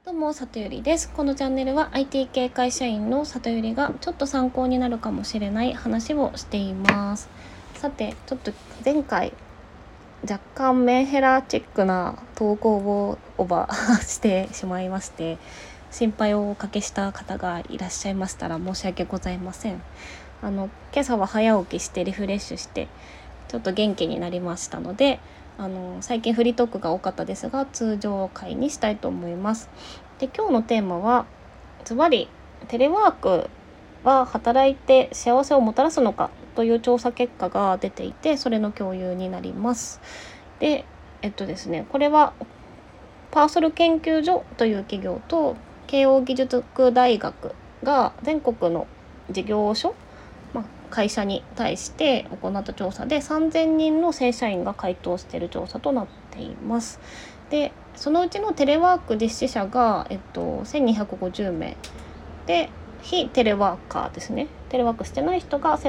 どうも、里ゆりです。このチャンネルは IT 系会社員の里ゆりがちょっと参考になるかもしれない話をしています。さて、ちょっと前回若干メンヘラチックな投稿をオーバーしてしまいまして、心配をおかけした方がいらっしゃいましたら申し訳ございません。今朝は早起きしてリフレッシュしてちょっと元気になりましたので、最近フリートークが多かったですが通常回にしたいと思います。で、今日のテーマはズバリテレワークは働いて幸せをもたらすのかという調査結果が出ていて、それの共有になります。で、ですね、これはパーソル研究所という企業と慶應義塾大学が全国の事業所、会社に対して行った調査で3000人の正社員が回答している調査となっています。で、そのうちのテレワーク実施者が、1250名で、非テレワーカーですね、テレワークしてない人が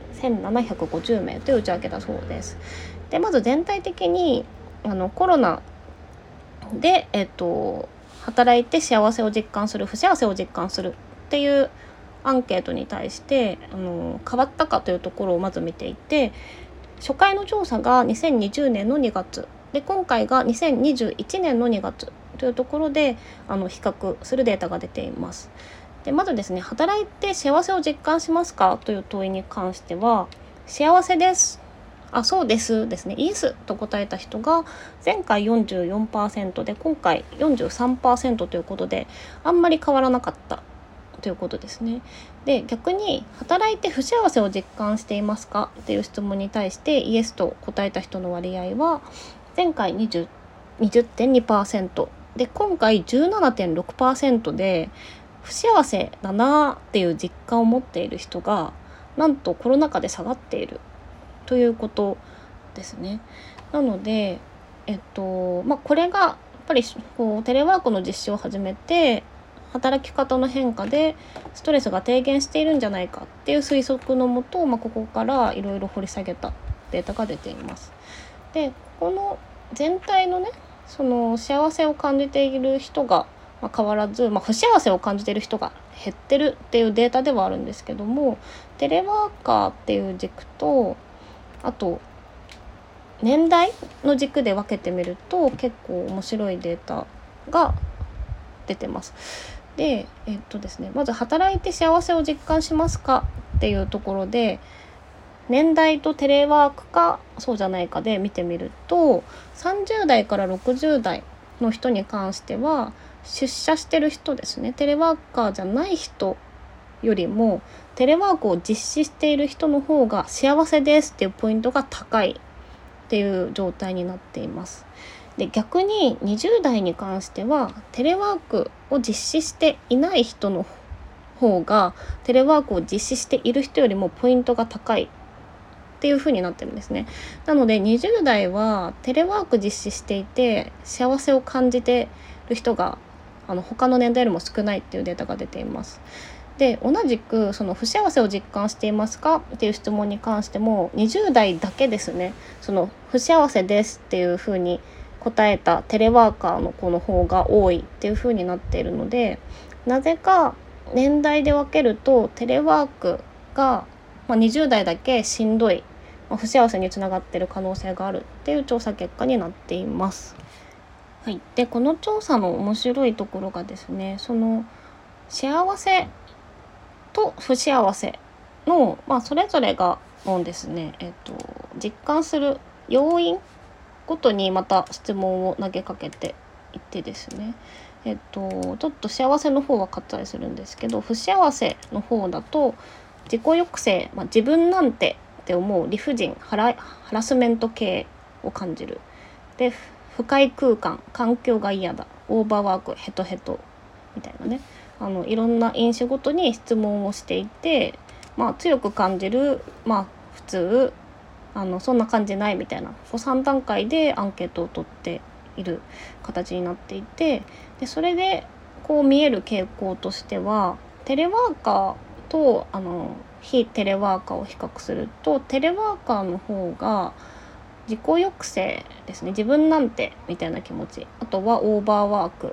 1750名という内訳だそうです。で、まず全体的にコロナで、働いて幸せを実感する、不幸せを実感するっていうアンケートに対して変わったかというところをまず見ていて、初回の調査が2020年の2月で、今回が2021年の2月というところで比較するデータが出ています。で、まずですね、働いて幸せを実感しますかという問いに関しては、幸せです、あ、そうですですね、イエスと答えた人が前回 44% で今回 43% ということで、あんまり変わらなかったということですね。で、逆に働いて不幸せを実感していますかっていう質問に対してイエスと答えた人の割合は前回 20.2% で今回 17.6% で、不幸せだなっていう実感を持っている人がなんとコロナ禍で下がっているということですね。なので、これがやっぱりこうテレワークの実施を始めて働き方の変化でストレスが低減しているんじゃないかっていう推測のもと、ここからいろいろ掘り下げたデータが出ています。で、この全体のね、その幸せを感じている人が変わらず、不幸せを感じている人が減ってるっていうデータではあるんですけども、テレワーカーっていう軸と、あと年代の軸で分けてみると結構面白いデータが出てます。で、ですね、まず働いて幸せを実感しますかっていうところで、年代とテレワークかそうじゃないかで見てみると、30代から60代の人に関しては出社してる人ですね、テレワーカーじゃない人よりもテレワークを実施している人の方が幸せですっていうポイントが高いっていう状態になっています。で、逆に20代に関してはテレワークを実施していない人の方がテレワークを実施している人よりもポイントが高いっていう風になってるんですね。なので20代はテレワーク実施していて幸せを感じている人が他の年代よりも少ないっていうデータが出ています。で、同じくその不幸せを実感していますかっていう質問に関しても20代だけですね、その不幸せですっていう風に答えたテレワーカーの子の方が多いっていう風になっているので、なぜか年代で分けるとテレワークが、20代だけしんどい、不幸せにつながっている可能性があるっていう調査結果になっています。はい、でこの調査の面白いところがですね、その幸せと不幸せの、それぞれがのですね、実感する要因ごとにまた質問を投げかけていってですね、ちょっと幸せの方は割愛するんですけど、不幸せの方だと自己抑制、自分なんてって思う理不尽ハラスメント系を感じる。で、不快空間、環境が嫌だ、オーバーワーク、ヘトヘトみたいなね、いろんな因子ごとに質問をしていて、強く感じる、普通、そんな感じないみたいな、3段階でアンケートを取っている形になっていて、でそれでこう見える傾向としては、テレワーカーと非テレワーカーを比較すると、テレワーカーの方が自己抑制ですね、自分なんてみたいな気持ち、あとはオーバーワーク、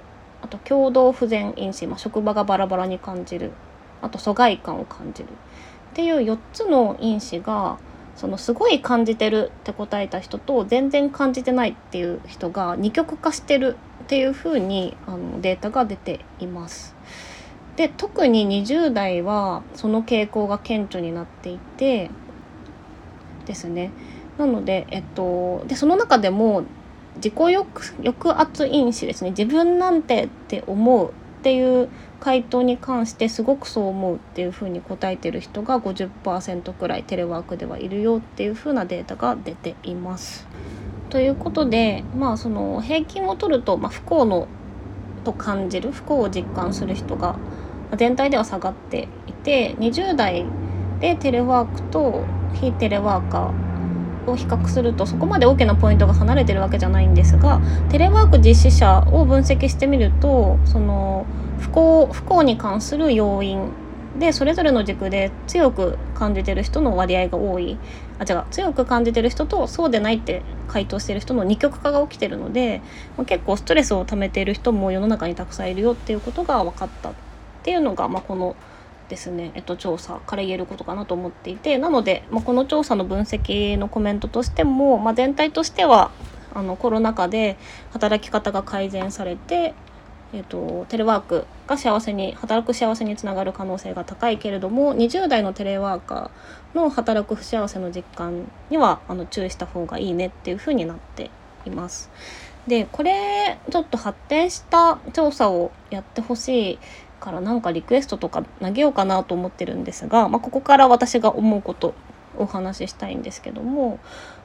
あと共同不全因子、職場がバラバラに感じる、あと疎外感を感じるっていう4つの因子が、そのすごい感じてるって答えた人と全然感じてないっていう人が二極化してるっていう風にデータが出ています。で、特に20代はその傾向が顕著になっていてですね。なので、でその中でも自己抑圧因子ですね、自分なんてって思うっていう回答に関してすごくそう思うっていうふうに答えてる人が 50% くらいテレワークではいるよっていうふうなデータが出ています。ということで、その平均を取ると、不幸のと感じる、不幸を実感する人が全体では下がっていて、20代でテレワークと非テレワーカーを比較するとそこまで大きなポイントが離れてるわけじゃないんですが、テレワーク実施者を分析してみると、その不幸に関する要因でそれぞれの軸で強く感じてる人の割合が多い、強く感じてる人とそうでないって回答してる人の二極化が起きてるので、結構ストレスを溜めている人も世の中にたくさんいるよっていうことが分かったっていうのが、このですね、調査から言えることかなと思っていて、なので、この調査の分析のコメントとしても、全体としてはコロナ禍で働き方が改善されて、テレワークが働く幸せにつながる可能性が高いけれども、20代のテレワーカーの働く不幸せの実感には注意した方がいいねっていう風になっています。で、これちょっと発展した調査をやってほしいからなんかリクエストとか投げようかなと思ってるんですが、ここから私が思うことをお話ししたいんですけども、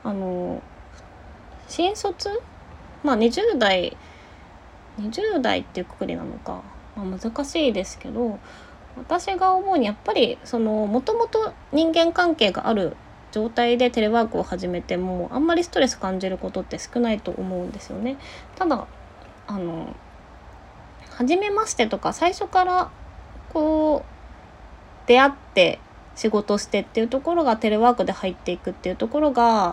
新卒、20代っていうくくりなのか、難しいですけど、私が思うにやっぱりもともと人間関係がある状態でテレワークを始めてもあんまりストレス感じることって少ないと思うんですよね。ただ初めましてとか最初から出会って仕事してっていうところがテレワークで入っていくっていうところが、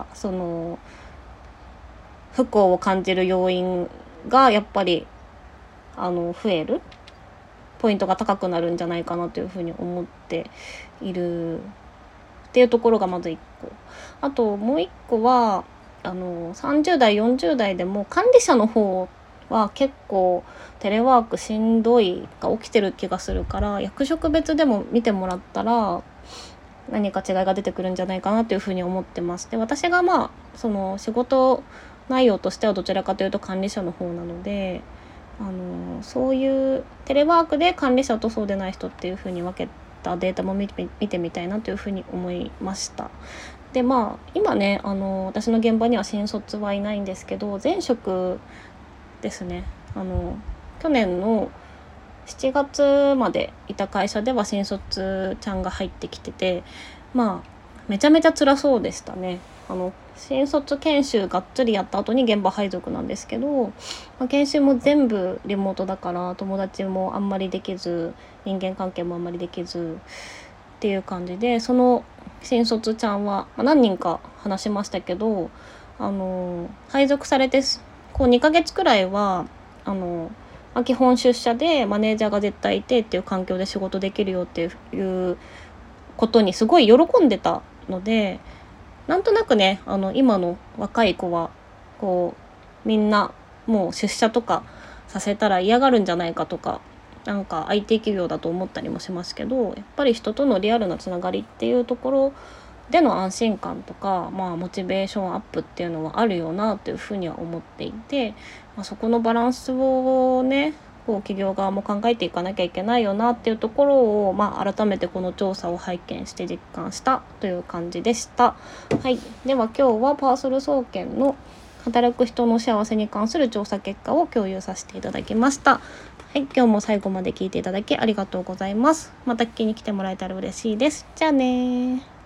不幸を感じる要因がやっぱり増えるポイントが高くなるんじゃないかなというふうに思っているっていうところがまず1個。あともう1個は30代40代でも管理者の方は結構テレワークしんどいが起きてる気がするから、役職別でも見てもらったら何か違いが出てくるんじゃないかなというふうに思ってます。で、私がその仕事内容としてはどちらかというと管理者の方なので、そういうテレワークで管理者とそうでない人っていうふうに分けたデータも見てみたいなというふうに思いました。で、今ね私の現場には新卒はいないんですけど、前職ですね、去年の7月までいた会社では新卒ちゃんが入ってきてて、めちゃめちゃ辛そうでしたね。新卒研修がっつりやった後に現場配属なんですけど、研修も全部リモートだから友達もあんまりできず、人間関係もあんまりできずっていう感じで、その新卒ちゃんは、何人か話しましたけど、配属されて2ヶ月くらいは基本出社でマネージャーが絶対いてっていう環境で仕事できるよっていうことにすごい喜んでたので、なんとなくね今の若い子はみんなもう出社とかさせたら嫌がるんじゃないかとか、なんか IT 企業だと思ったりもしますけど、やっぱり人とのリアルなつながりっていうところでの安心感とか、モチベーションアップっていうのはあるよなというふうには思っていて、そこのバランスをね企業側も考えていかなきゃいけないよなっていうところを、改めてこの調査を拝見して実感したという感じでした。はい、では今日はパーソル総研の働く人の幸せに関する調査結果を共有させていただきました。はい、今日も最後まで聞いていただきありがとうございます。また聞きに来てもらえたら嬉しいです。じゃあね。